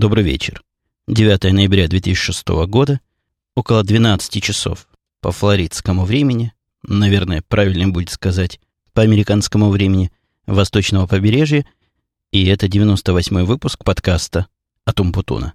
Добрый вечер. 9 ноября 2006 года, около 12 часов по флоридскому времени, наверное, правильнее будет сказать, по американскому времени, восточного побережья, и это 98-й выпуск подкаста от Умпутуна.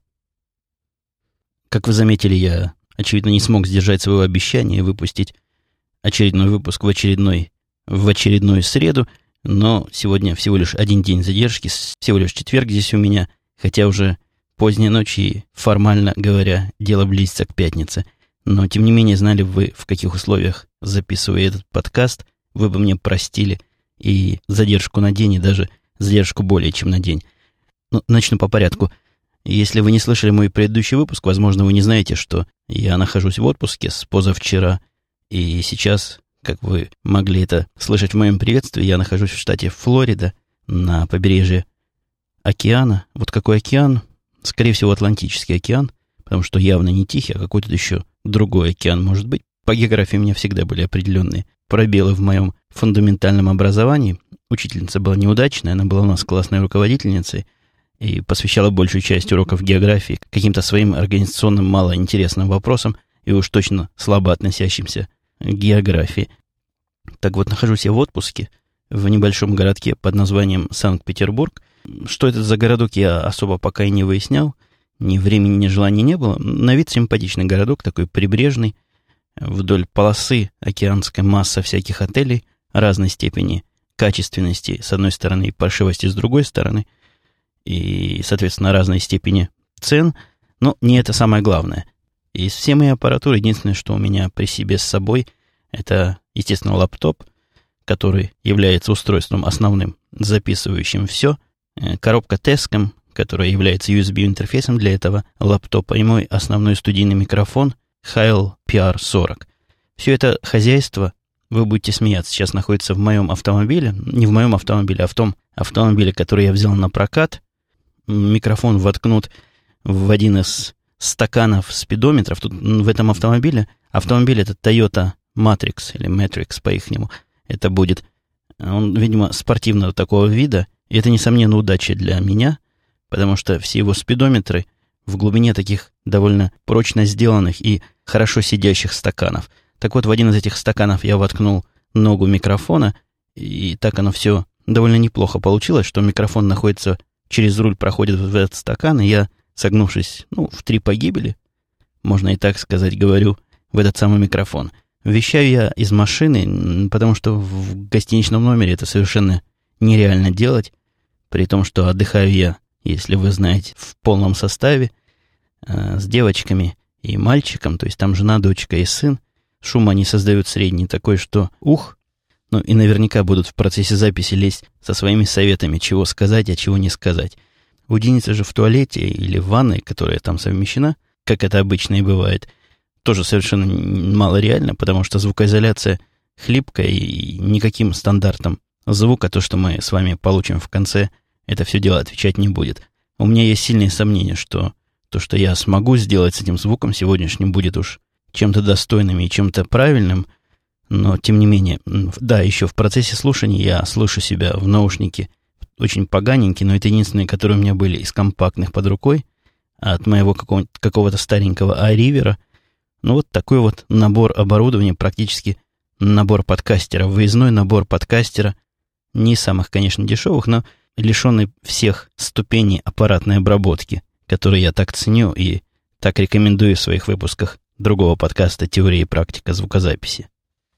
Как вы заметили, я, очевидно, не смог сдержать своего обещания выпустить очередной выпуск в очередную среду, но сегодня всего лишь один день задержки, всего лишь четверг здесь у меня, хотя уже поздняя ночь и, формально говоря, дело близится к пятнице. Но, тем не менее, знали бы вы, в каких условиях, записывая этот подкаст, вы бы мне простили и задержку на день, и даже задержку более чем на день. Ну, начну по порядку. Если вы не слышали мой предыдущий выпуск, возможно, вы не знаете, что я нахожусь в отпуске с позавчера, и сейчас, как вы могли это слышать в моем приветствии, я нахожусь в штате Флорида, на побережье океана. Вот какой океан? Скорее всего, Атлантический океан, потому что явно не Тихий, а какой-то еще другой океан может быть. По географии у меня всегда были определенные пробелы в моем фундаментальном образовании. Учительница была неудачная, она была у нас классной руководительницей и посвящала большую часть уроков географии каким-то своим организационным малоинтересным вопросам и уж точно слабо относящимся к географии. Так вот, нахожусь я в отпуске в небольшом городке под названием Санкт-Петербург. Что это за городок, я особо пока и не выяснял. Ни времени, ни желания не было. На вид симпатичный городок, такой прибрежный. Вдоль полосы океанская масса всяких отелей разной степени качественности с одной стороны и паршивости с другой стороны. И, соответственно, разной степени цен. Но не это самое главное. Из всей моей аппаратуры единственное, что у меня при себе с собой, это, естественно, лаптоп, который является устройством основным, записывающим все. Коробка Tascam, которая является USB-интерфейсом для этого лаптопа, и мой основной студийный микрофон Heil PR40. Все это хозяйство, вы будете смеяться, сейчас находится в моем автомобиле. Не в моем автомобиле, а в том автомобиле, который я взял на прокат. Микрофон воткнут в один из стаканов спидометров. Тут в этом автомобиль это Toyota Matrix, или Matrix по-ихнему. Это будет, он, видимо, спортивного такого вида. И это, несомненно, удача для меня, потому что все его спидометры в глубине таких довольно прочно сделанных и хорошо сидящих стаканов. Так вот, в один из этих стаканов я воткнул ногу микрофона, и так оно все довольно неплохо получилось, что микрофон находится, через руль проходит в этот стакан, и я, согнувшись, в 3 погибели, можно и так сказать, говорю, в этот самый микрофон. Вещаю я из машины, потому что в гостиничном номере это совершенно нереально делать, при том, что отдыхаю я, если вы знаете, в полном составе, с девочками и мальчиком, то есть там жена, дочка и сын. Шум они создают средний такой, что и наверняка будут в процессе записи лезть со своими советами, чего сказать, а чего не сказать. Уединиться же в туалете или в ванной, которая там совмещена, как это обычно и бывает, тоже совершенно малореально, потому что звукоизоляция хлипкая и никаким стандартом звука, то, что мы с вами получим в конце, это все дело отвечать не будет. У меня есть сильные сомнения, что то, что я смогу сделать с этим звуком сегодняшним, будет уж чем-то достойным и чем-то правильным, но, тем не менее, да, еще в процессе слушания я слышу себя в наушнике очень поганенький, но это единственные, которые у меня были из компактных под рукой, от моего какого-то старенького iRiver. Вот такой вот набор оборудования, практически набор подкастера, выездной набор подкастера, не из самых, конечно, дешевых, но лишенный всех ступеней аппаратной обработки, которые я так ценю и так рекомендую в своих выпусках другого подкаста «Теория и практика звукозаписи».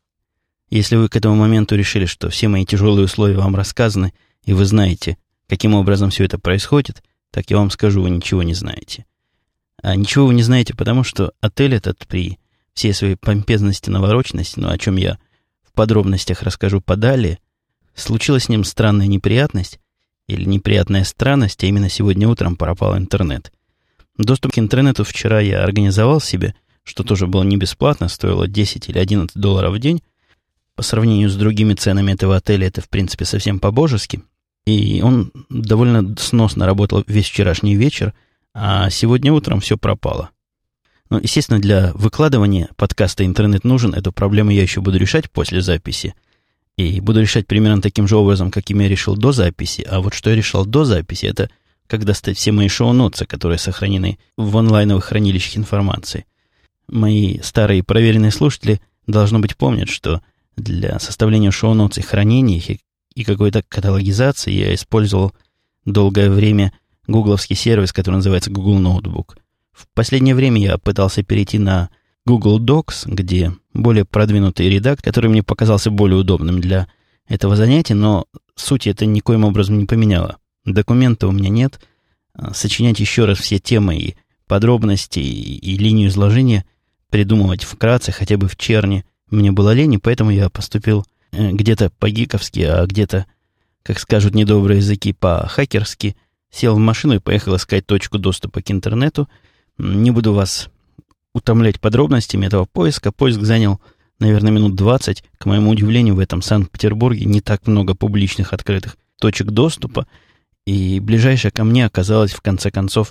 Если вы к этому моменту решили, что все мои тяжелые условия вам рассказаны, и вы знаете, каким образом все это происходит, так я вам скажу, вы ничего не знаете. А ничего вы не знаете, потому что отель этот при всей своей помпезности, навороченности, о чем я в подробностях расскажу подалее, случилась с ним странная неприятность, или неприятная странность, а именно сегодня утром пропал интернет. Доступ к интернету вчера я организовал себе, что тоже было не бесплатно, стоило 10 или 11 долларов в день. По сравнению с другими ценами этого отеля это, в принципе, совсем по-божески. И он довольно сносно работал весь вчерашний вечер, а сегодня утром все пропало. Естественно, для выкладывания подкаста интернет нужен. Эту проблему я еще буду решать после записи. И буду решать примерно таким же образом, каким я решил до записи. А вот что я решал до записи, это как достать все мои шоу-ноты, которые сохранены в онлайновых хранилищах информации. Мои старые проверенные слушатели, должно быть, помнят, что для составления шоу-нотс и хранения их и какой-то каталогизации я использовал долгое время гугловский сервис, который называется Google Notebook. В последнее время я пытался перейти на Google Docs, где более продвинутый редактор, который мне показался более удобным для этого занятия, но суть это никоим образом не поменяло. Документа у меня нет. Сочинять еще раз все темы и подробности и линию изложения, придумывать вкратце, хотя бы в черне, мне было лень, и поэтому я поступил где-то по-гиковски, а где-то, как скажут недобрые языки, по-хакерски, сел в машину и поехал искать точку доступа к интернету. Не буду вас утомлять подробностями этого поиска. Поиск занял, наверное, минут 20. К моему удивлению, в этом Санкт-Петербурге не так много публичных открытых точек доступа, и ближайшая ко мне оказалась, в конце концов,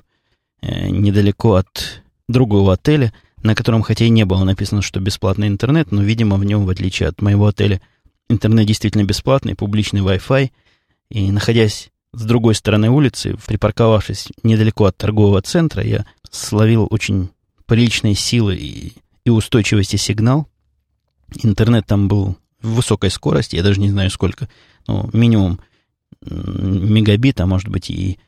недалеко от другого отеля, на котором, хотя и не было написано, что бесплатный интернет, но, видимо, в нем, в отличие от моего отеля, интернет действительно бесплатный, публичный Wi-Fi. И, находясь с другой стороны улицы, припарковавшись недалеко от торгового центра, я словил очень приличной силы и устойчивости сигнал. Интернет там был в высокой скорости, я даже не знаю сколько, ну, минимум мегабит, а может быть и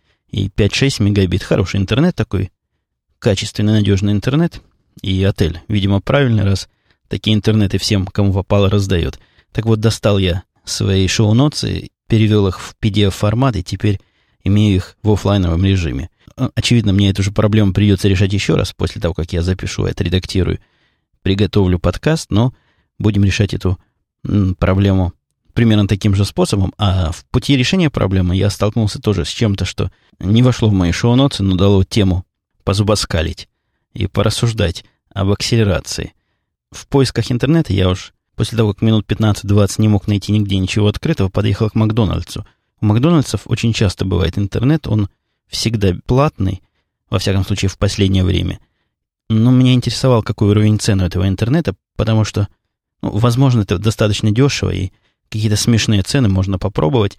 5-6 мегабит. Хороший интернет такой, качественный, надежный интернет. И отель, видимо, правильный, раз такие интернеты всем, кому попало, раздает. Так вот, достал я свои шоу-ноты, перевел их в PDF-формат, и теперь имею их в офлайновом режиме. Очевидно, мне эту же проблему придется решать еще раз, после того, как я запишу, отредактирую, приготовлю подкаст, но будем решать эту проблему примерно таким же способом. А в пути решения проблемы я столкнулся тоже с чем-то, что не вошло в мои шоу-ноты, но дало тему позубоскалить и порассуждать об акселерации. В поисках интернета я уж после того, как минут 15-20 не мог найти нигде ничего открытого, подъехал к Макдональдсу. У Макдональдсов очень часто бывает интернет, он всегда платный, во всяком случае в последнее время. Но меня интересовал, какой уровень цен у этого интернета, потому что, возможно, это достаточно дешево, и какие-то смешные цены можно попробовать.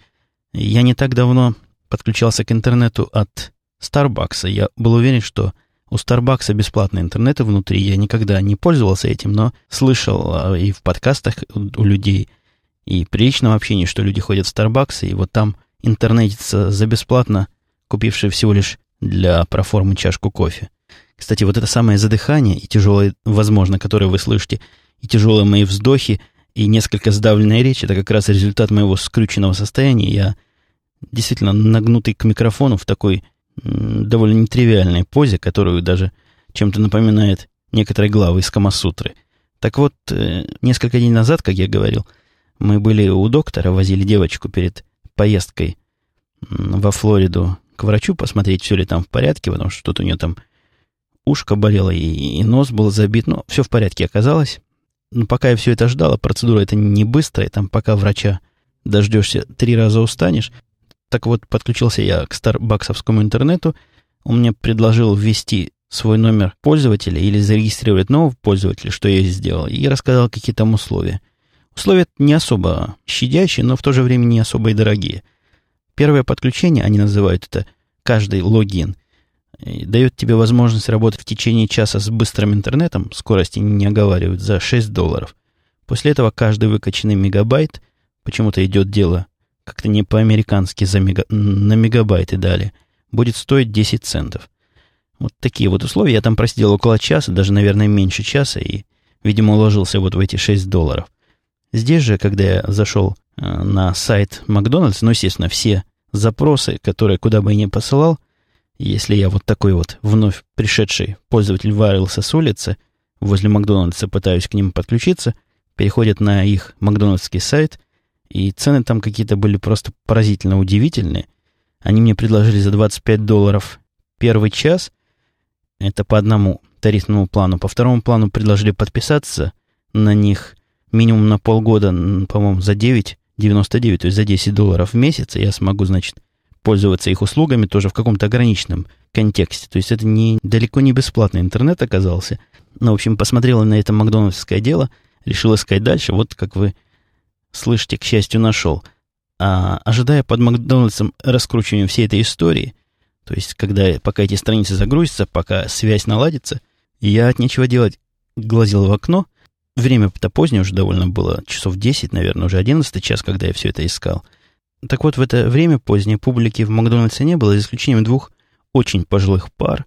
Я не так давно подключался к интернету от Starbucks. Я был уверен, что у Starbucks бесплатный интернет внутри. Я никогда не пользовался этим, но слышал и в подкастах у людей, и при личном общении, что люди ходят в Starbucks, и вот там интернетится за бесплатно, купившие всего лишь для проформы чашку кофе. Кстати, вот это самое задыхание и тяжелое, возможно, которое вы слышите, и тяжелые мои вздохи, и несколько сдавленная речь, это как раз результат моего скрюченного состояния. Я действительно нагнутый к микрофону в такой довольно нетривиальной позе, которую даже чем-то напоминает некоторые главы из Камасутры. Так вот, несколько дней назад, как я говорил, мы были у доктора, возили девочку перед поездкой во Флориду к врачу посмотреть, все ли там в порядке, потому что что-то у нее там ушко болело и нос был забит, но все в порядке оказалось. Но пока я все это ждал, процедура это не быстрая, там пока врача дождешься 3 раза устанешь. Так вот, подключился я к старбаксовскому интернету, он мне предложил ввести свой номер пользователя или зарегистрировать нового пользователя, что я и сделал, и рассказал, какие там условия. Условия не особо щадящие, но в то же время не особо и дорогие. Первое подключение, они называют это каждый логин, дает тебе возможность работать в течение часа с быстрым интернетом, скорости не оговаривают, за $6. После этого каждый выкачанный мегабайт, почему-то идет дело как-то не по-американски на мегабайты дали, будет стоить 10 центов. Вот такие вот условия. Я там просидел около часа, даже, наверное, меньше часа, и, видимо, уложился вот в эти $6. Здесь же, когда я зашел на сайт Макдональдс, естественно, все запросы, которые куда бы я ни посылал, если я вот такой вот вновь пришедший пользователь варился с улицы, возле Макдональдса пытаюсь к ним подключиться, переходят на их макдональдский сайт, и цены там какие-то были просто поразительно удивительные. Они мне предложили за $25 первый час, это по одному тарифному плану. По второму плану предложили подписаться на них минимум на полгода, по-моему, за $9.99, то есть за $10 в месяц, и я смогу, значит, пользоваться их услугами тоже в каком-то ограниченном контексте. То есть это далеко не бесплатный интернет оказался. Ну, в общем, посмотрел на это макдональдское дело, решил искать дальше. Вот, как вы слышите, к счастью, нашел. А ожидая под Макдональдсом раскручивания всей этой истории, То есть, пока эти страницы загрузятся, пока связь наладится, я от нечего делать глазел в окно. Время-то позднее уже довольно было, часов 10, наверное, уже 11 час, когда я все это искал. Так вот, в это время позднее публики в Макдональдсе не было, за исключением 2 очень пожилых пар.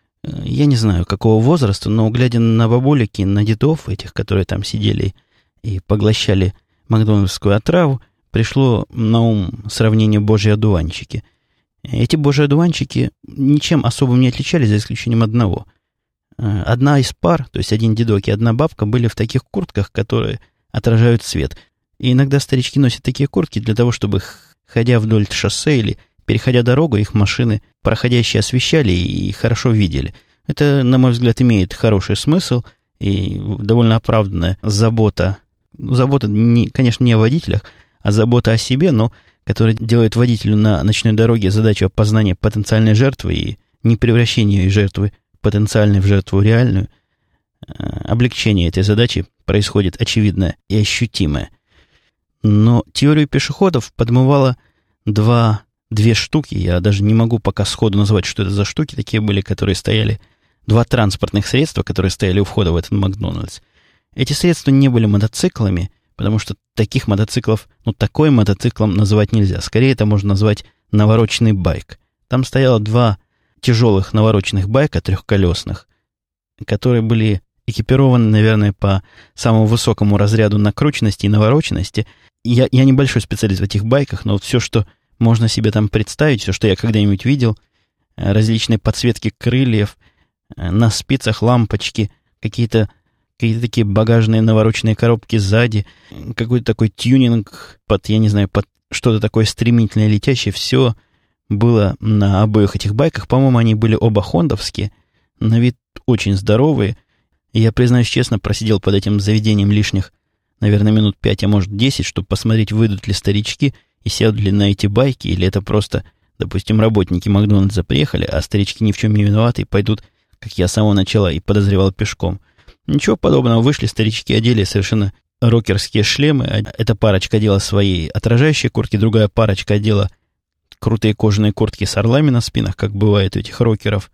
Я не знаю, какого возраста, но, глядя на бабулики, на дедов этих, которые там сидели и поглощали макдональдскую отраву, пришло на ум сравнение «божьи одуванчики». Эти божьи одуванчики ничем особым не отличались, за исключением одного. Одна из пар, то есть один дедок и одна бабка, были в таких куртках, которые отражают свет. И иногда старички носят такие куртки для того, чтобы, ходя вдоль шоссе или переходя дорогу, их машины, проходящие, освещали и хорошо видели. Это, на мой взгляд, имеет хороший смысл и довольно оправданная забота. Забота, конечно, не о водителях, а забота о себе, но которая делает водителю на ночной дороге задачу опознания потенциальной жертвы и не превращения из жертвы потенциальной в жертву реальную. Облегчение этой задачи происходит очевидное и ощутимое. Но теорию пешеходов подмывало две штуки. Я даже не могу пока сходу назвать, что это за штуки. Такие были, которые стояли... 2 транспортных средства, которые стояли у входа в этот Макдональдс. Эти средства не были мотоциклами, потому что таких мотоциклов, такой мотоциклом называть нельзя. Скорее, это можно назвать навороченный байк. Там стояло 2 тяжелых навороченных байка, 3-колесных, которые были экипированы, наверное, по самому высокому разряду накрученности и навороченности. Я небольшой специалист в этих байках, но вот все, что можно себе там представить, все, что я когда-нибудь видел, различные подсветки крыльев, на спицах лампочки, какие-то такие багажные навороченные коробки сзади, какой-то такой тюнинг под что-то такое стремительное, летящее, все было на обоих этих байках. По-моему, они были оба хондовские, на вид очень здоровые. И я, признаюсь честно, просидел под этим заведением лишних, наверное, минут 5, а может 10, чтобы посмотреть, выйдут ли старички и сядут ли на эти байки, или это просто, допустим, работники Макдональдса приехали, а старички ни в чем не виноваты и пойдут, как я с самого начала и подозревал, пешком. Ничего подобного. Вышли старички, одели совершенно рокерские шлемы. Эта парочка одела свои отражающие куртки, другая парочка одела крутые кожаные куртки с орлами на спинах, как бывает у этих рокеров.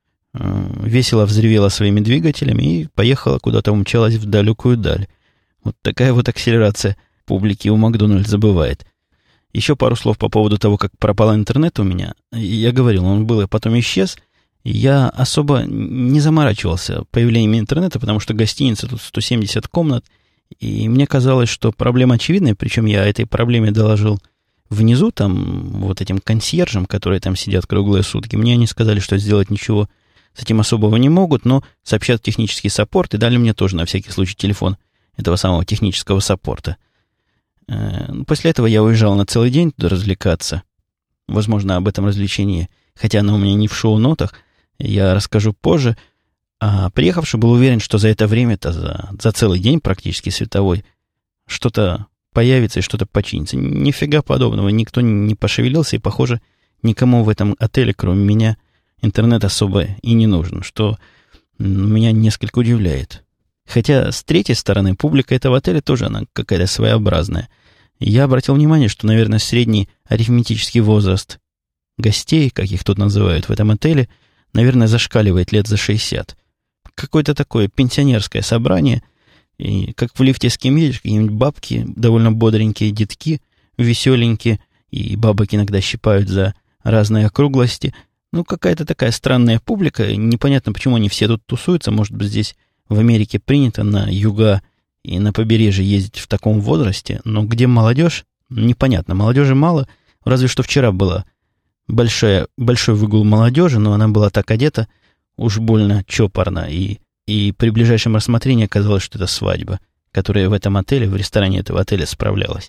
Весело взревела своими двигателями и поехала куда-то, умчалась в далекую даль. Вот такая вот акселерация публики у Макдональдса бывает. Еще пару слов по поводу того, как пропал интернет у меня. Я говорил, он был и потом исчез. Я особо не заморачивался появлением интернета, потому что гостиница тут 170 комнат, и мне казалось, что проблема очевидная, причем я этой проблеме доложил внизу, там, вот этим консьержам, которые там сидят круглые сутки. Мне они сказали, что сделать ничего с этим особого не могут, но сообщат в технический саппорт, и дали мне тоже на всякий случай телефон этого самого технического саппорта. После этого я уезжал на целый день туда развлекаться. Возможно, об этом развлечении, хотя оно у меня не в шоу-нотах, я расскажу позже. А приехавший был уверен, что за это время-то, за целый день практически световой, что-то появится и что-то починится. Нифига подобного. Никто не пошевелился, и, похоже, никому в этом отеле, кроме меня, интернет особо и не нужен, что меня несколько удивляет. Хотя, с третьей стороны, публика этого отеля тоже она какая-то своеобразная. Я обратил внимание, что, наверное, средний арифметический возраст гостей, как их тут называют в этом отеле, наверное, зашкаливает лет за 60. Какое-то такое пенсионерское собрание, и как в лифте с кем едешь, какие-нибудь бабки, довольно бодренькие детки, веселенькие, и бабок иногда щипают за разные округлости. Какая-то такая странная публика, непонятно, почему они все тут тусуются, может быть, здесь в Америке принято на юга и на побережье ездить в таком возрасте, но где молодежь, непонятно, молодежи мало, разве что вчера было большой выгул молодежи, но она была так одета, уж больно чопорно, и при ближайшем рассмотрении оказалось, что это свадьба, которая в этом отеле, в ресторане этого отеля справлялась.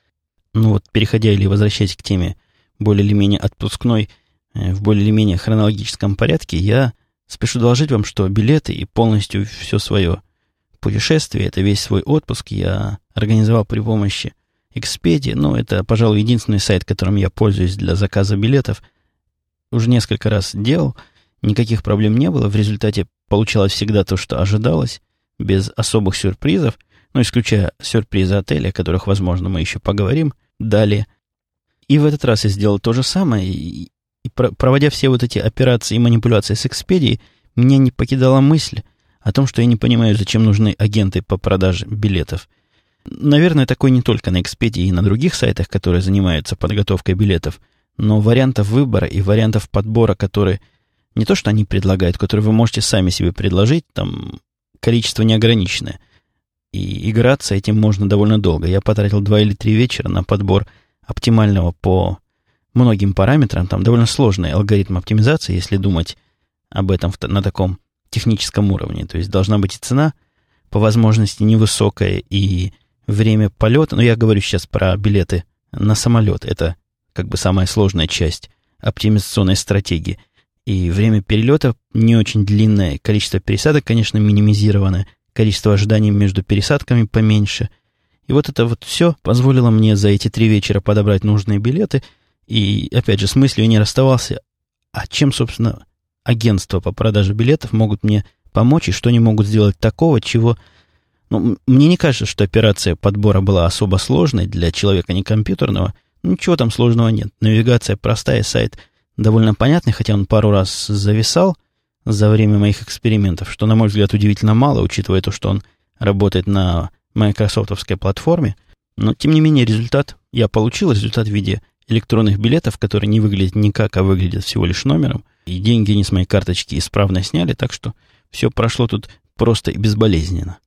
Переходя или возвращаясь к теме более или менее отпускной, в более или менее хронологическом порядке, я спешу доложить вам, что билеты и полностью все свое путешествие, это весь свой отпуск я организовал при помощи Expedia. Это, пожалуй, единственный сайт, которым я пользуюсь для заказа билетов. Уже несколько раз делал, никаких проблем не было. В результате получалось всегда то, что ожидалось, без особых сюрпризов, исключая сюрпризы отеля, о которых, возможно, мы еще поговорим далее. И в этот раз я сделал то же самое, и И проводя все вот эти операции и манипуляции с Expedia, меня не покидала мысль о том, что я не понимаю, зачем нужны агенты по продаже билетов. Наверное, такое не только на Expedia и на других сайтах, которые занимаются подготовкой билетов, но вариантов выбора и вариантов подбора, которые не то, что они предлагают, которые вы можете сами себе предложить, там количество неограниченное. И играться этим можно довольно долго. Я потратил 2 или 3 вечера на подбор оптимального по многим параметрам. Там довольно сложный алгоритм оптимизации, если думать об этом на таком техническом уровне. То есть должна быть и цена, по возможности невысокая, и время полета. Но я говорю сейчас про билеты на самолет. Это как бы самая сложная часть оптимизационной стратегии. И время перелета не очень длинное. Количество пересадок, конечно, минимизированное. Количество ожиданий между пересадками поменьше. И вот это вот все позволило мне за эти 3 вечера подобрать нужные билеты. И, опять же, с мыслью не расставался. А чем, собственно, агентства по продаже билетов могут мне помочь, и что они могут сделать такого, чего... Ну, мне не кажется, что операция подбора была особо сложной для человека не компьютерного. Ничего там сложного нет. Навигация простая, сайт довольно понятный, хотя он пару раз зависал за время моих экспериментов, что, на мой взгляд, удивительно мало, учитывая то, что он работает на майкрософтовской платформе. Но, тем не менее, я получил результат в виде электронных билетов, которые не выглядят никак, а выглядят всего лишь номером. И деньги они с моей карточки исправно сняли, так что все прошло тут просто и безболезненно.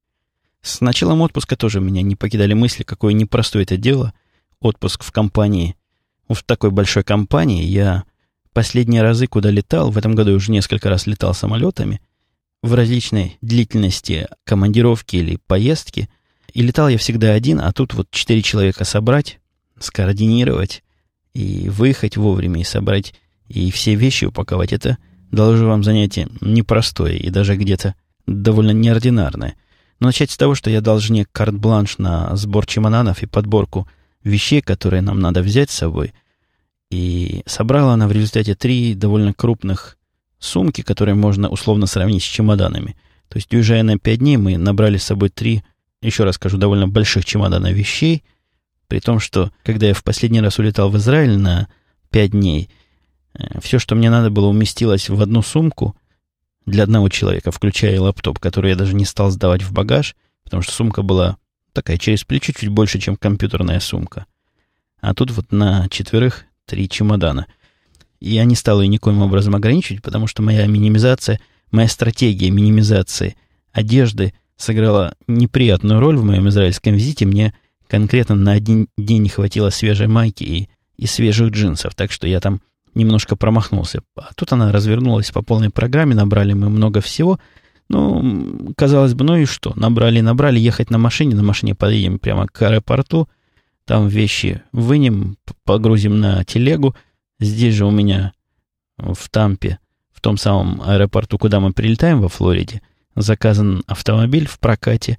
С началом отпуска тоже меня не покидали мысли, какое непростое это дело. Отпуск в компании, в такой большой компании. Я последние разы, куда летал, в этом году уже несколько раз летал самолетами, в различной длительности командировки или поездки. И летал я всегда один, а тут вот 4 человека собрать, скоординировать и выехать вовремя, и собрать, и все вещи упаковать. Это, доложу вам, занятие непростое и даже где-то довольно неординарное. Но начать с того, что я должник карт-бланш на сбор чемоданов и подборку вещей, которые нам надо взять с собой. И собрала она в результате 3 довольно крупных сумки, которые можно условно сравнить с чемоданами. То есть, уезжая на 5 дней, мы набрали с собой 3, еще раз скажу, довольно больших чемодана вещей. При том, что, когда я в последний раз улетал в Израиль на 5 дней, все, что мне надо было, уместилось в одну сумку для одного человека, включая и лаптоп, который я даже не стал сдавать в багаж, потому что сумка была такая через плечо, чуть больше, чем компьютерная сумка. А тут вот на 4 3 чемодана. И я не стал ее никоим образом ограничивать, потому что моя стратегия минимизации одежды сыграла неприятную роль в моем израильском визите. Мне конкретно на 1 день не хватило свежей майки и свежих джинсов, так что я там немножко промахнулся. А тут она развернулась по полной программе, набрали мы много всего. Ну, казалось бы, ну и что? Набрали, ехать на машине подъедем прямо к аэропорту, там вещи вынем, погрузим на телегу. Здесь же у меня в Тампе, в том самом аэропорту, куда мы прилетаем во Флориде, заказан автомобиль в прокате.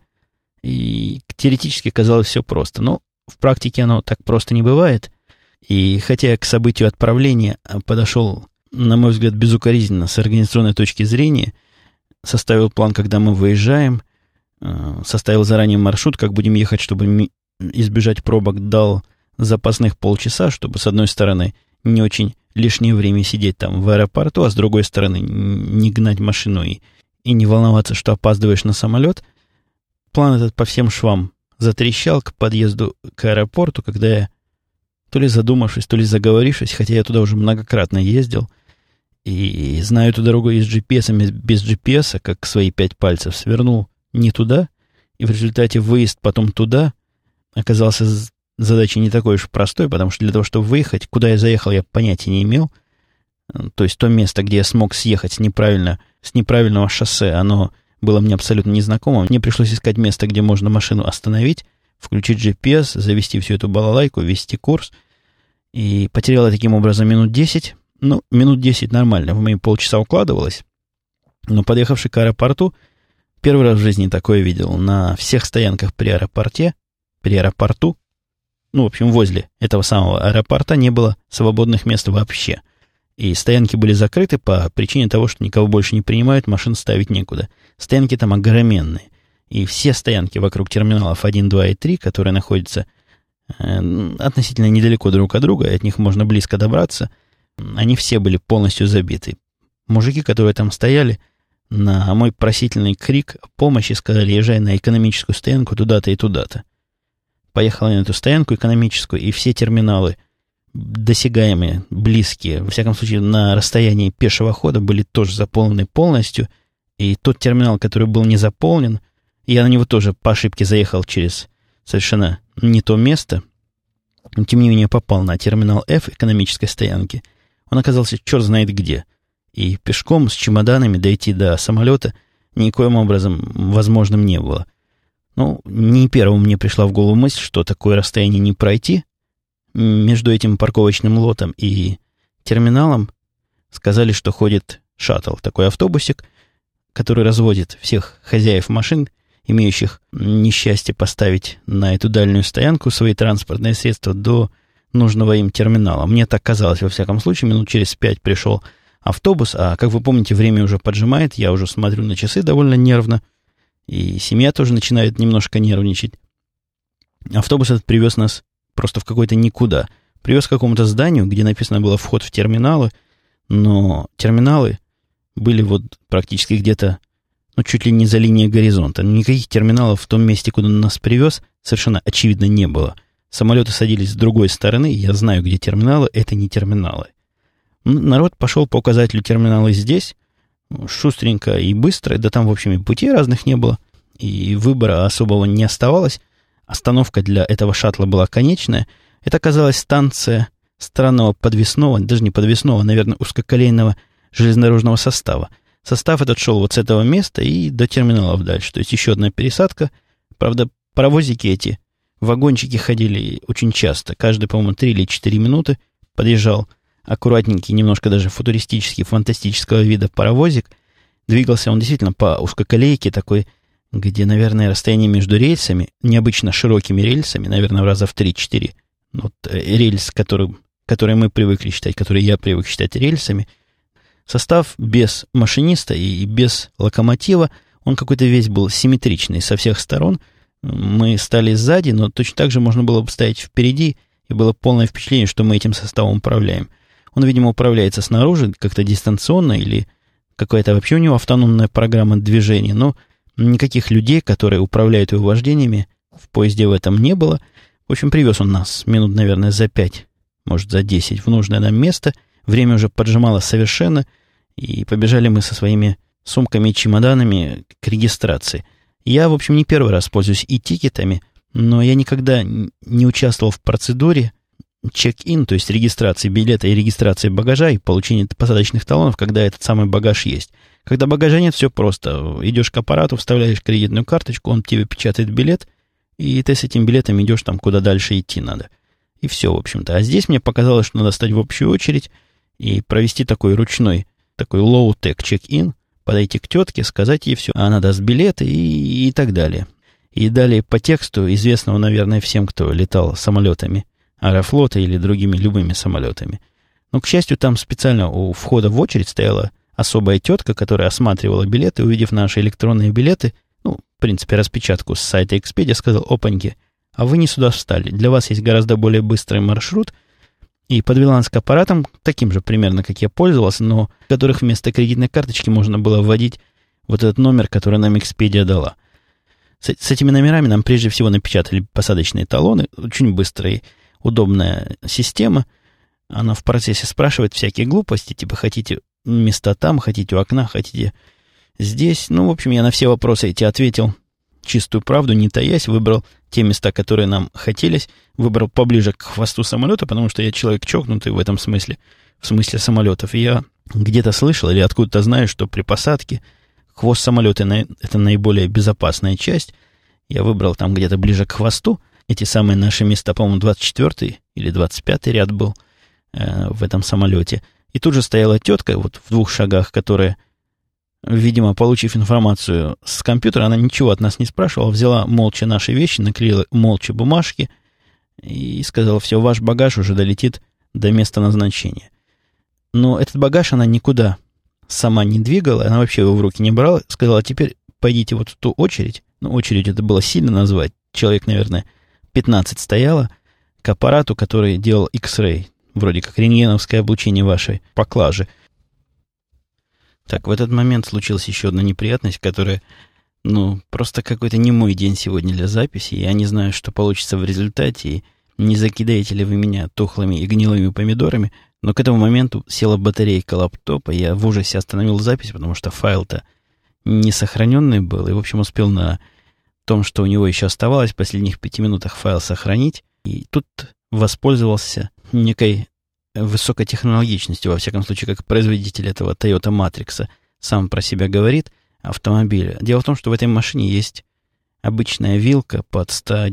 И теоретически казалось все просто. Но в практике оно так просто не бывает. И хотя я к событию отправления подошел, на мой взгляд, безукоризненно с организационной точки зрения, составил план, когда мы выезжаем, составил заранее маршрут, как будем ехать, чтобы избежать пробок, дал запасных полчаса, чтобы, с одной стороны, не очень лишнее время сидеть там в аэропорту, а с другой стороны, не гнать машину и не волноваться, что опаздываешь на самолет. План этот по всем швам затрещал к подъезду к аэропорту, когда я, то ли задумавшись, то ли заговорившись, хотя я туда уже многократно ездил, и знаю эту дорогу и с GPS, и без GPS, как свои 5 пальцев, свернул не туда, и в результате выезд потом туда оказался задачей не такой уж простой, потому что для того, чтобы выехать, куда я заехал, я понятия не имел. То есть то место, где я смог съехать с неправильного шоссе, оно было мне абсолютно незнакомо. Мне пришлось искать место, где можно машину остановить, включить GPS, завести всю эту балалайку, ввести курс. И потерял я таким образом минут 10. Ну, минут 10 нормально, в мои полчаса укладывалось. Но подъехавший к аэропорту, первый раз в жизни такое видел. На всех стоянках при аэропорту, ну, в общем, возле этого самого аэропорта не было свободных мест вообще. И стоянки были закрыты по причине того, что никого больше не принимают, машин ставить некуда. Стоянки там огроменные. И все стоянки вокруг терминалов 1, 2 и 3, которые находятся относительно недалеко друг от друга, и от них можно близко добраться, они все были полностью забиты. Мужики, которые там стояли, на мой просительный крик о помощи сказали: езжай на экономическую стоянку туда-то и туда-то. Поехал на эту стоянку экономическую, и все терминалы, досягаемые, близкие, во всяком случае, на расстоянии пешего хода, были тоже заполнены полностью. И тот терминал, который был не заполнен, я на него тоже по ошибке заехал через совершенно не то место, но тем не менее попал на терминал F экономической стоянки. Он оказался черт знает где. И пешком с чемоданами дойти до самолета никоим образом возможным не было. Ну, не первым мне пришла в голову мысль, что такое расстояние не пройти. Между этим парковочным лотом и терминалом сказали, что ходит шаттл, такой автобусик, который разводит всех хозяев машин, имеющих несчастье поставить на эту дальнюю стоянку свои транспортные средства до нужного им терминала. Мне так казалось, во всяком случае, минут через 5 пришел автобус, а, как вы помните, время уже поджимает, я уже смотрю на часы довольно нервно, и семья тоже начинает немножко нервничать. Автобус этот привез нас просто в какой-то никуда. Привез к какому-то зданию, где написано было «вход в терминалы», но терминалы были вот практически где-то, ну, чуть ли не за линией горизонта. Никаких терминалов в том месте, куда он нас привез, совершенно очевидно не было. Самолеты садились с другой стороны, я знаю, где терминалы, это не терминалы. Народ пошел по указателю терминала здесь, шустренько и быстро, да там, в общем, и путей разных не было, и выбора особого не оставалось. Остановка для этого шаттла была конечная. Это оказалась станция странного подвесного, даже не подвесного, наверное, узкоколейного железнодорожного состава. Состав этот шел вот с этого места и до терминалов дальше. То есть еще одна пересадка. Правда, паровозики эти, вагончики ходили очень часто. Каждый, по-моему, 3 или 4 минуты подъезжал аккуратненький, немножко даже футуристический, фантастического вида паровозик. Двигался он действительно по узкоколейке такой, где, наверное, расстояние между рельсами, необычно широкими рельсами, наверное, в раза в 3-4, вот рельс, который мы привыкли считать, который я привык считать рельсами, состав без машиниста и без локомотива, он какой-то весь был симметричный со всех сторон. Мы стали сзади, но точно так же можно было бы стоять впереди, и было полное впечатление, что мы этим составом управляем. Он, видимо, управляется снаружи как-то дистанционно, или какая-то вообще у него автономная программа движения, но никаких людей, которые управляют его вождениями, в поезде в этом не было. В общем, привез он нас минут, наверное, за 5, может, за 10 в нужное нам место. Время уже поджимало совершенно, и побежали мы со своими сумками и чемоданами к регистрации. Я, в общем, не первый раз пользуюсь и тикетами, но я никогда не участвовал в процедуре чек-ин, то есть регистрации билета и регистрации багажа и получения посадочных талонов, когда этот самый багаж есть. Когда багажа нет, все просто. Идешь к аппарату, вставляешь кредитную карточку, он тебе печатает билет, и ты с этим билетом идешь там, куда дальше идти надо. И все, в общем-то. А здесь мне показалось, что надо стать в общую очередь и провести такой ручной, такой low-tech чек-ин, подойти к тетке, сказать ей все, а она даст билеты и так далее. И далее по тексту, известного, наверное, всем, кто летал самолетами Аэрофлота или другими любыми самолетами. Но, к счастью, там специально у входа в очередь стояла особая тетка, которая осматривала билеты, увидев наши электронные билеты, ну, в принципе, распечатку с сайта Expedia, сказал: опаньки, а вы не сюда встали, для вас есть гораздо более быстрый маршрут, и подвела нас к аппаратам, таким же примерно, как я пользовался, но в которых вместо кредитной карточки можно было вводить вот этот номер, который нам Expedia дала. С этими номерами нам прежде всего напечатали посадочные талоны, очень быстрая, удобная система. Она в процессе спрашивает всякие глупости, типа хотите места там, хотите у окна, хотите здесь. Ну, в общем, я на все вопросы эти ответил чистую правду, не таясь, выбрал те места, которые нам хотелось, выбрал поближе к хвосту самолета, потому что я человек чокнутый в этом смысле, в смысле самолетов. И я где-то слышал или откуда-то знаю, что при посадке хвост самолета – это наиболее безопасная часть. Я выбрал там где-то ближе к хвосту. Эти самые наши места, по-моему, 24-й или 25-й ряд был в этом самолете. И тут же стояла тетка вот в 2 шагах, которая, видимо, получив информацию с компьютера, она ничего от нас не спрашивала, взяла молча наши вещи, наклеила молча бумажки и сказала: все, ваш багаж уже долетит до места назначения. Но этот багаж она никуда сама не двигала, она вообще его в руки не брала, сказала: теперь пойдите вот в ту очередь. Ну, очередь это было сильно назвать. Человек, наверное, 15 стояло к аппарату, который делал X-ray. вроде как рентгеновское облучение вашей поклажи. Так, в этот момент случилась еще одна неприятность, которая, просто какой-то не мой день сегодня для записи. Я не знаю, что получится в результате, и не закидаете ли вы меня тухлыми и гнилыми помидорами, но к этому моменту села батарейка лаптопа, я в ужасе остановил запись, потому что файл-то не сохраненный был, и, в общем, успел на том, что у него еще оставалось в последних 5 минутах файл сохранить, и тут воспользовался некой высокотехнологичностью, во всяком случае, как производитель этого Toyota Matrix сам про себя говорит, автомобиля. Дело в том, что в этой машине есть обычная вилка под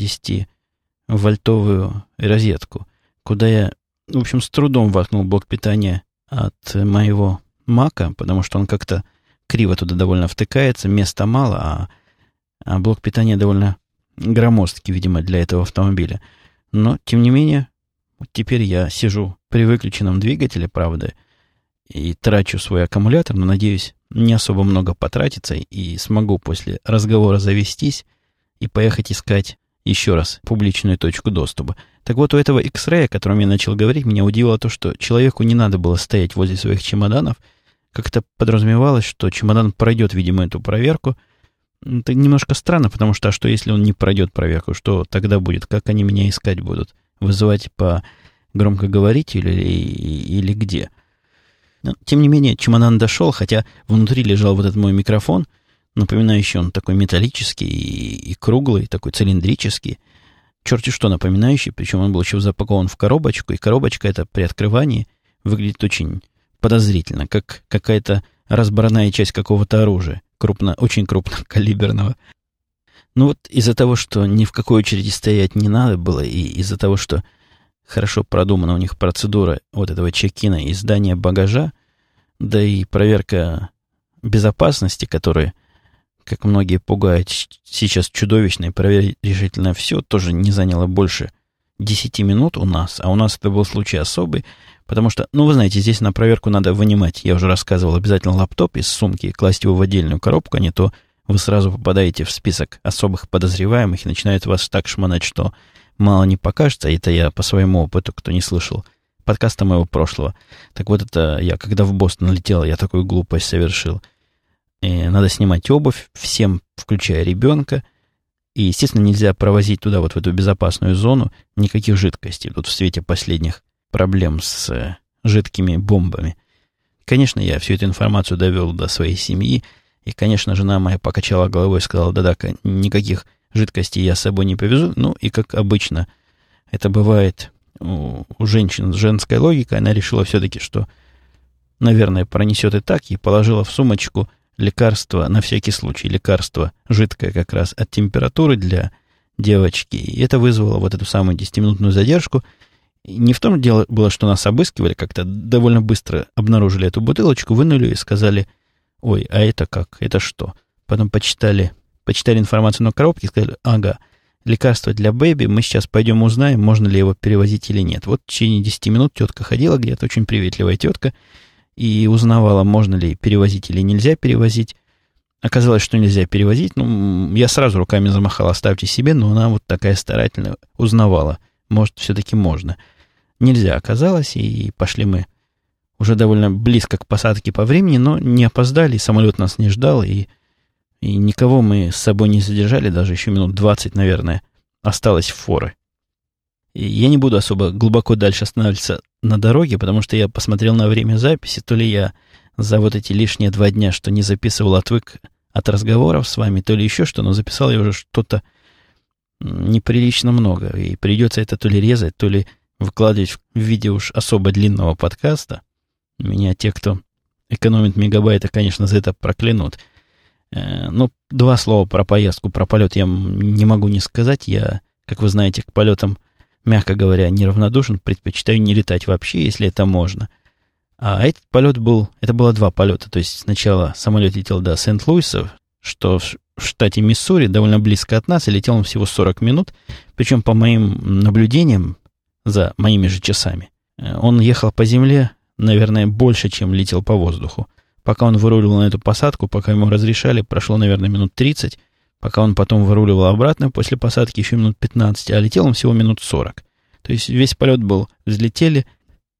110-вольтовую розетку, куда я, в общем, с трудом воткнул блок питания от моего Мака, потому что он как-то криво туда довольно втыкается, места мало, а блок питания довольно громоздкий, видимо, для этого автомобиля. Но, тем не менее, теперь я сижу при выключенном двигателе, правда, и трачу свой аккумулятор, но, надеюсь, не особо много потратиться, и смогу после разговора завестись и поехать искать еще раз публичную точку доступа. Так вот, у этого X-Ray, о котором я начал говорить, меня удивило то, что человеку не надо было стоять возле своих чемоданов. Как-то подразумевалось, что чемодан пройдет, видимо, эту проверку. Это немножко странно, потому что, а что если он не пройдет проверку? Что тогда будет? Как они меня искать будут? Вызывать по громкоговорителю или где? Но, тем не менее, чемодан дошел, хотя внутри лежал вот этот мой микрофон, напоминающий, он такой металлический и круглый, такой цилиндрический, черти что напоминающий, причем он был еще запакован в коробочку, и коробочка эта при открывании выглядит очень подозрительно, как какая-то разборная часть какого-то оружия, очень крупнокалиберного. Вот из-за того, что ни в какой очереди стоять не надо было, и из-за того, что хорошо продумана у них процедура вот этого чек-ина и сдания багажа, да и проверка безопасности, которая, как многие пугают, сейчас чудовищная, проверить решительно все, тоже не заняло больше 10 минут у нас, а у нас это был случай особый, потому что, вы знаете, здесь на проверку надо вынимать, я уже рассказывал, обязательно лаптоп из сумки, класть его в отдельную коробку, а не то вы сразу попадаете в список особых подозреваемых и начинают вас так шмонать, что мало не покажется. Это я по своему опыту, кто не слышал подкаста моего прошлого. Так вот, это я, когда в Бостон летел, я такую глупость совершил. И надо снимать обувь всем, включая ребенка. И, естественно, нельзя провозить туда, вот в эту безопасную зону, никаких жидкостей. Тут в свете последних проблем с жидкими бомбами. Конечно, я всю эту информацию довел до своей семьи. И, конечно, жена моя покачала головой и сказала, да-да, никаких жидкостей я с собой не повезу. И, как обычно, это бывает у женщин с женской логикой, она решила все-таки, что, наверное, пронесет и так, и положила в сумочку лекарство, на всякий случай, лекарство жидкое как раз от температуры для девочки. И это вызвало вот эту самую 10-минутную задержку. И не в том дело было, что нас обыскивали, как-то довольно быстро обнаружили эту бутылочку, вынули и сказали, ой, а это как, это что? Потом почитали информацию на коробке и сказали, ага, лекарство для бэби, мы сейчас пойдем узнаем, можно ли его перевозить или нет. Вот в течение 10 минут тетка ходила где-то, очень приветливая тетка, и узнавала, можно ли перевозить или нельзя перевозить. Оказалось, что нельзя перевозить. Я сразу руками замахал, оставьте себе, но она вот такая старательная узнавала. Может, все-таки можно. Нельзя оказалось, и пошли мы уже довольно близко к посадке по времени, но не опоздали, самолет нас не ждал, и никого мы с собой не задержали, даже еще минут 20, наверное, осталось форы. И я не буду особо глубоко дальше останавливаться на дороге, потому что я посмотрел на время записи, то ли я за вот эти лишние 2 дня, что не записывал, отвык от разговоров с вами, то ли еще что, но записал я уже что-то неприлично много, и придется это то ли резать, то ли выкладывать в виде уж особо длинного подкаста. Меня те, кто экономит мегабайты, конечно, за это проклянут. 2 слова про поездку, про полет я не могу не сказать. Я, как вы знаете, к полетам, мягко говоря, неравнодушен, предпочитаю не летать вообще, если это можно. А этот полет это было 2 полета. То есть сначала самолет летел до Сент-Луиса, что в штате Миссури, довольно близко от нас, и летел он всего 40 минут. Причем, по моим наблюдениям, за моими же часами, он ехал по земле, наверное, больше, чем летел по воздуху. Пока он выруливал на эту посадку, пока ему разрешали, прошло, наверное, минут 30. Пока он потом выруливал обратно после посадки, еще минут 15, а летел он всего минут 40. То есть весь полет был, взлетели,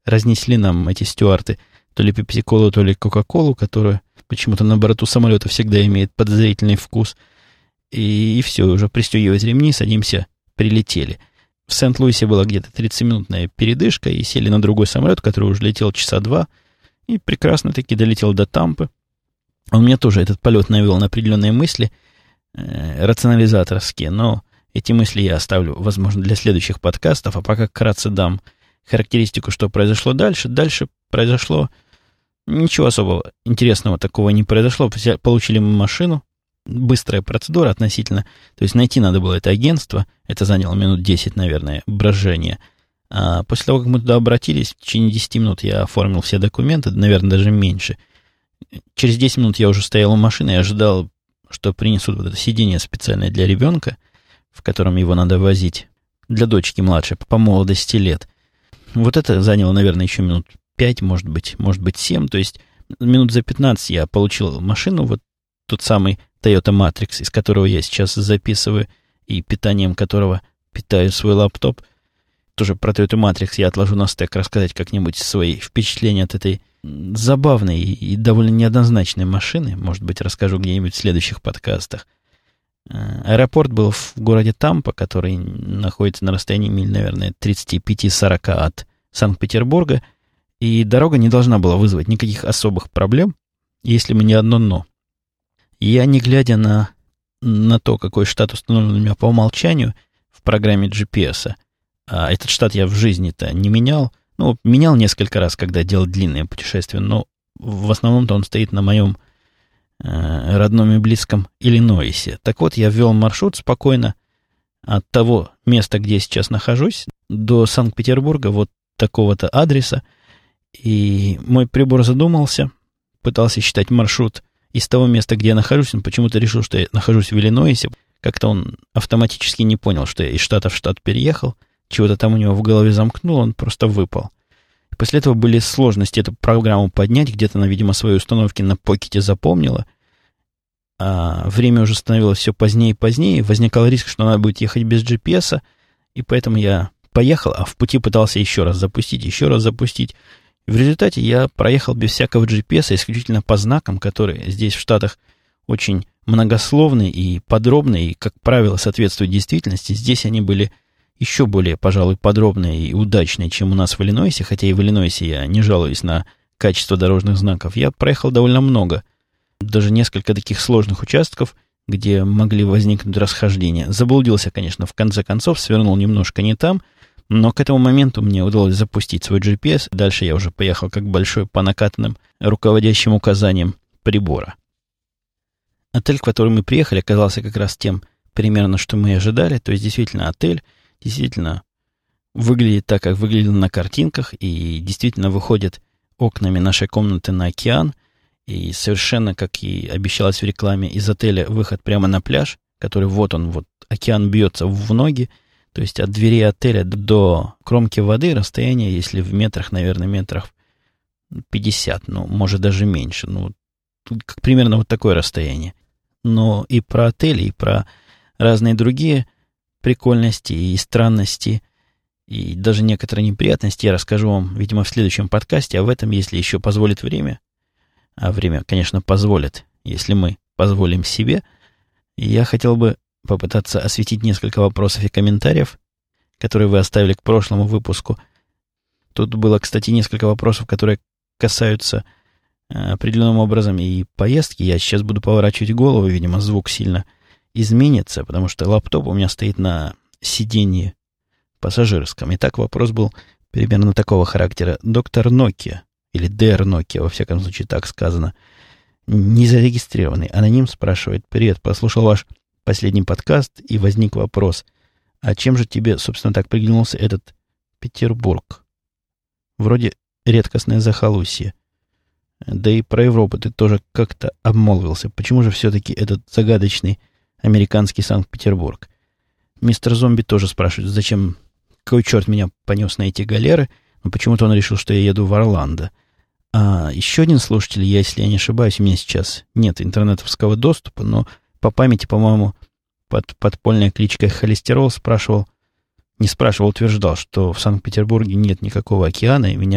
разнесли нам эти стюарты то ли пепси-колу, то ли кока-колу, которая почему-то на борту самолета всегда имеет подозрительный вкус. И все, уже пристегивать ремни, садимся, прилетели. В Сент-Луисе была где-то 30-минутная передышка, и сели на другой самолет, который уже летел часа 2, и прекрасно-таки долетел до Тампы. Он мне тоже этот полет навел на определенные мысли, рационализаторские, но эти мысли я оставлю, возможно, для следующих подкастов, а пока вкратце дам характеристику, что произошло дальше. Дальше произошло ничего особого интересного такого не произошло. Получили мы машину, быстрая процедура относительно, то есть найти надо было это агентство, это заняло минут 10, наверное, брожения. А после того, как мы туда обратились, в течение 10 минут я оформил все документы, наверное, даже меньше. Через 10 минут я уже стоял у машины и ожидал, что принесут вот это сиденье специальное для ребенка, в котором его надо возить, для дочки младшей, по молодости лет. Вот это заняло, наверное, еще минут 5, может быть 7. То есть минут за 15 я получил машину, вот тот самый Toyota Matrix, из которого я сейчас записываю, и питанием которого питаю свой лаптоп. Тоже про Toyota Matrix я отложу на стек рассказать как-нибудь свои впечатления от этой забавной и довольно неоднозначной машины. Может быть, расскажу где-нибудь в следующих подкастах. Аэропорт был в городе Тампа, который находится на расстоянии миль, наверное, 35-40 от Санкт-Петербурга. И дорога не должна была вызвать никаких особых проблем, если бы не одно «но». Я, не глядя на то, какой штат установлен у меня по умолчанию в программе GPS, а этот штат я в жизни-то не менял, менял несколько раз, когда делал длинные путешествия, но в основном-то он стоит на моем родном и близком Иллинойсе. Так вот, я ввел маршрут спокойно от того места, где я сейчас нахожусь, до Санкт-Петербурга, вот такого-то адреса, и мой прибор задумался, пытался считать маршрут из того места, где я нахожусь. Он почему-то решил, что я нахожусь в Иллинойсе. Как-то он автоматически не понял, что я из штата в штат переехал. Чего-то там у него в голове замкнуло, он просто выпал. И после этого были сложности эту программу поднять. Где-то она, видимо, свои установки на покете запомнила. А время уже становилось все позднее и позднее. Возникал риск, что надо будет ехать без GPS. И поэтому я поехал, а в пути пытался еще раз запустить. В результате я проехал без всякого GPS, исключительно по знакам, которые здесь в Штатах очень многословны и подробны, и, как правило, соответствуют действительности. Здесь они были еще более, пожалуй, подробные и удачные, чем у нас в Иллинойсе, хотя и в Иллинойсе я не жалуюсь на качество дорожных знаков. Я проехал довольно много, даже несколько таких сложных участков, где могли возникнуть расхождения. Заблудился, конечно, в конце концов, свернул немножко не там, но к этому моменту мне удалось запустить свой GPS. Дальше я уже поехал как большой по накатанным руководящим указаниям прибора. Отель, в который мы приехали, оказался как раз тем примерно, что мы и ожидали. То есть, действительно, отель действительно выглядит так, как выглядел на картинках, и действительно выходит окнами нашей комнаты на океан. И совершенно, как и обещалось в рекламе, из отеля выход прямо на пляж, который вот океан бьется в ноги. То есть от двери отеля до кромки воды расстояние, если в метрах, наверное, метров 50, может даже меньше. Примерно вот такое расстояние. Но и про отели, и про разные другие прикольности и странности, и даже некоторые неприятности я расскажу вам, видимо, в следующем подкасте, а в этом, если еще позволит время, а время, конечно, позволит, если мы позволим себе, я хотел бы попытаться осветить несколько вопросов и комментариев, которые вы оставили к прошлому выпуску. Тут было, кстати, несколько вопросов, которые касаются определенным образом и поездки. Я сейчас буду поворачивать голову, видимо, звук сильно изменится, потому что лаптоп у меня стоит на сиденье пассажирском. Итак, вопрос был примерно такого характера. Доктор Nokia, или DR Nokia, во всяком случае так сказано, незарегистрированный аноним спрашивает: «Привет, послушал ваш последний подкаст, и возник вопрос, а чем же тебе, собственно, так приглянулся этот Петербург? Вроде редкостное захолустье. Да и про Европу ты тоже как-то обмолвился. Почему же все-таки этот загадочный американский Санкт-Петербург?» Мистер Зомби тоже спрашивает, зачем, какой черт меня понес на эти галеры, но почему-то он решил, что я еду в Орландо. А еще один слушатель, если я не ошибаюсь, у меня сейчас нет интернетовского доступа, но по памяти, по-моему, под подпольной кличкой Холестерол утверждал, что в Санкт-Петербурге нет никакого океана, и меня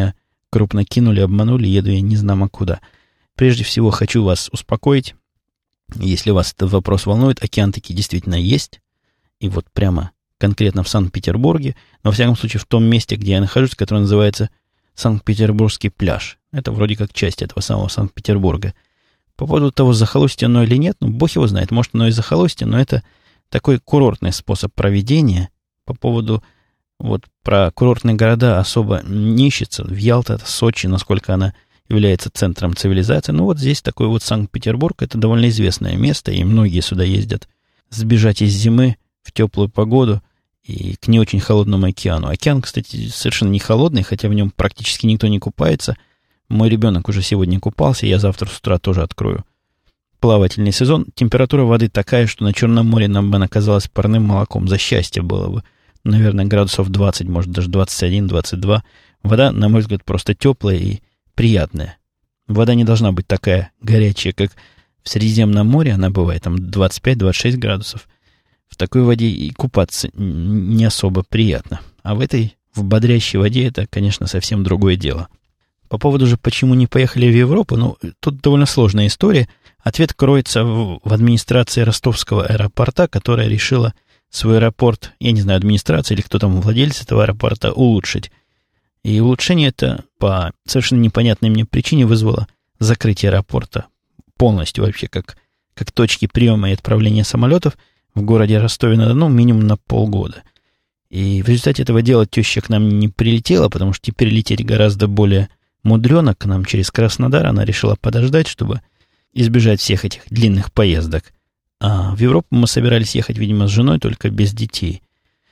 крупно кинули, обманули, еду я не знамо куда. Прежде всего, хочу вас успокоить. Если вас этот вопрос волнует, океан таки действительно есть. И вот прямо конкретно в Санкт-Петербурге, но, во всяком случае, в том месте, где я нахожусь, которое называется Санкт-Петербургский пляж. Это вроде как часть этого самого Санкт-Петербурга. По поводу того, захолустье оно или нет, ну, бог его знает, может, оно и захолустье, но это такой курортный способ проведения. По поводу, вот, про курортные города особо не ищется. В Ялте, это Сочи, насколько она является центром цивилизации. Ну, вот здесь такой вот Санкт-Петербург, это довольно известное место, и многие сюда ездят сбежать из зимы в теплую погоду и к не очень холодному океану. Океан, кстати, совершенно не холодный, хотя в нем практически никто не купается. Мой ребенок уже сегодня купался, я завтра с утра тоже открою плавательный сезон. Температура воды такая, что на Черном море нам бы она казалась парным молоком. За счастье было бы. Наверное, градусов 20, может, даже 21, 22. Вода, на мой взгляд, просто теплая и приятная. Вода не должна быть такая горячая, как в Средиземном море. Она бывает там 25-26 градусов. В такой воде и купаться не особо приятно. А в бодрящей воде, это, конечно, совсем другое дело. По поводу же, почему не поехали в Европу, ну, тут довольно сложная история. Ответ кроется в администрации ростовского аэропорта, которая решила свой аэропорт, я не знаю, администрация или кто там владелец этого аэропорта, улучшить. И улучшение это по совершенно непонятной мне причине вызвало закрытие аэропорта полностью вообще, как точки приема и отправления самолетов в городе Ростове-на-Дону минимум на полгода. И в результате этого дела теща к нам не прилетела, потому что теперь лететь гораздо более мудрено к нам через Краснодар. Она решила подождать, чтобы избежать всех этих длинных поездок. А в Европу мы собирались ехать, видимо, с женой, только без детей.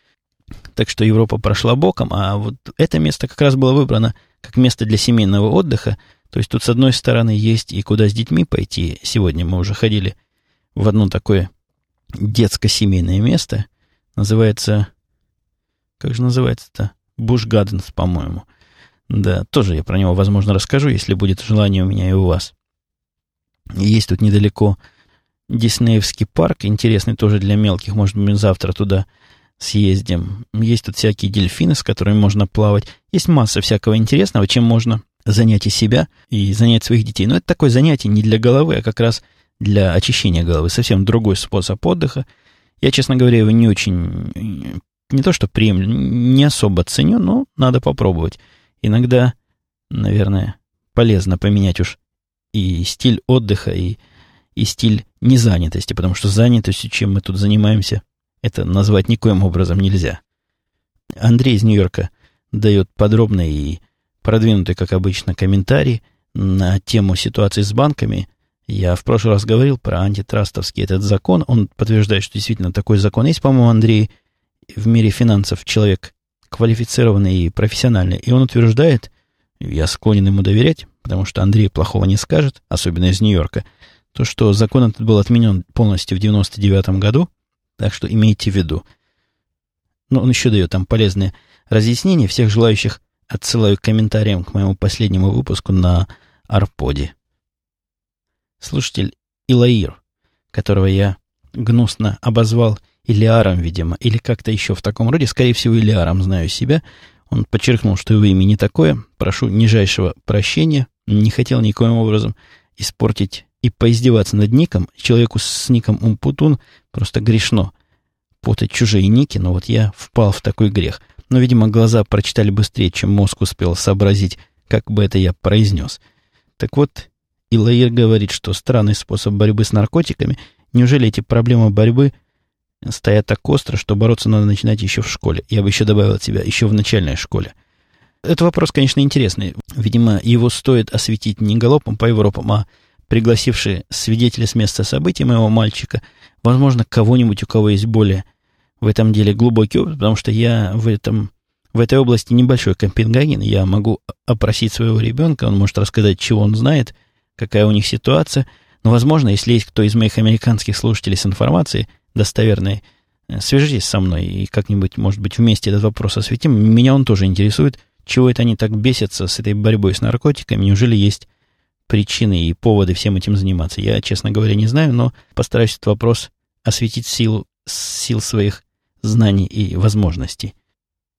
Так что Европа прошла боком, а вот это место как раз было выбрано как место для семейного отдыха. То есть тут, с одной стороны, есть и куда с детьми пойти. Сегодня мы уже ходили в одно такое детско-семейное место. Называется... Как же называется-то? Буш Гарденс, по-моему. Да, тоже я про него, возможно, расскажу, если будет желание у меня и у вас. Есть тут недалеко Диснеевский парк, интересный тоже для мелких. Может, мы завтра туда съездим. Есть тут всякие дельфины, с которыми можно плавать. Есть масса всякого интересного, чем можно занять и себя, и занять своих детей. Но это такое занятие не для головы, а как раз для очищения головы. Совсем другой способ отдыха. Я, честно говоря, его не очень... Не то, что приемлю, не особо ценю, но надо попробовать. Иногда, наверное, полезно поменять уж и стиль отдыха, и стиль незанятости, потому что занятостью, чем мы тут занимаемся, это назвать никоим образом нельзя. Андрей из Нью-Йорка дает подробный и продвинутый, как обычно, комментарий на тему ситуации с банками. Я в прошлый раз говорил про антитрастовский этот закон. Он подтверждает, что действительно такой закон есть, по-моему, Андрей в мире финансов человек квалифицированный и профессиональный. И он утверждает, я склонен ему доверять, потому что Андрей плохого не скажет, особенно из Нью-Йорка, то, что закон этот был отменен полностью в 99 году, так что имейте в виду. Но он еще дает там полезные разъяснения. Всех желающих отсылаю к комментариям к моему последнему выпуску на Арподе. Слушатель Илаир, которого я гнусно обозвал Илиаром, видимо, или как-то еще в таком роде, скорее всего, Илиаром, знаю себя. Он подчеркнул, что его имя не такое. Прошу нижайшего прощения. Не хотел никоим образом испортить и поиздеваться над ником. Человеку с ником Умпутун просто грешно путать чужие ники, но вот я впал в такой грех. Но, видимо, глаза прочитали быстрее, чем мозг успел сообразить, как бы это я произнес. Так вот, Илаир говорит, что странный способ борьбы с наркотиками. Неужели эти проблемы борьбы стоят так остро, что бороться надо начинать еще в школе? Я бы еще добавил от себя, еще в начальной школе. Это вопрос, конечно, интересный. Видимо, его стоит осветить не галопом по Европам, а пригласившие свидетеля с места событий моего мальчика, возможно, кого-нибудь, у кого есть более в этом деле глубокий опыт, потому что я в этой области небольшой Копенгаген, я могу опросить своего ребенка, он может рассказать, чего он знает, какая у них ситуация. Но, возможно, если есть кто из моих американских слушателей с информацией достоверной, свяжитесь со мной и как-нибудь, может быть, вместе этот вопрос осветим. Меня он тоже интересует, чего это они так бесятся с этой борьбой с наркотиками, неужели есть причины и поводы всем этим заниматься. Я, честно говоря, не знаю, но постараюсь этот вопрос осветить сил своих знаний и возможностей.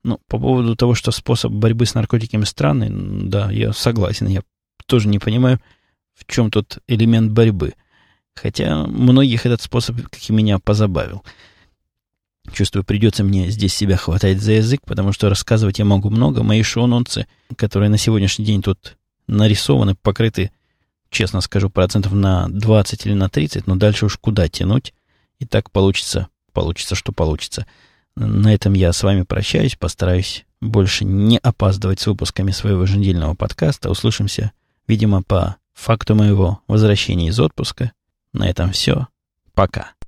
Ну, по поводу того, что способ борьбы с наркотиками странный, да, я согласен. Я тоже не понимаю, в чем тут элемент борьбы. Хотя многих этот способ, как и меня, позабавил. Чувствую, придется мне здесь себя хватать за язык, потому что рассказывать я могу много. Мои шоу-ноутсы, которые на сегодняшний день тут нарисованы, покрыты, честно скажу, процентов на 20 или на 30, но дальше уж куда тянуть. И так получится, что получится. На этом я с вами прощаюсь, постараюсь больше не опаздывать с выпусками своего еженедельного подкаста. Услышимся, видимо, по факту моего возвращения из отпуска. На этом все. Пока.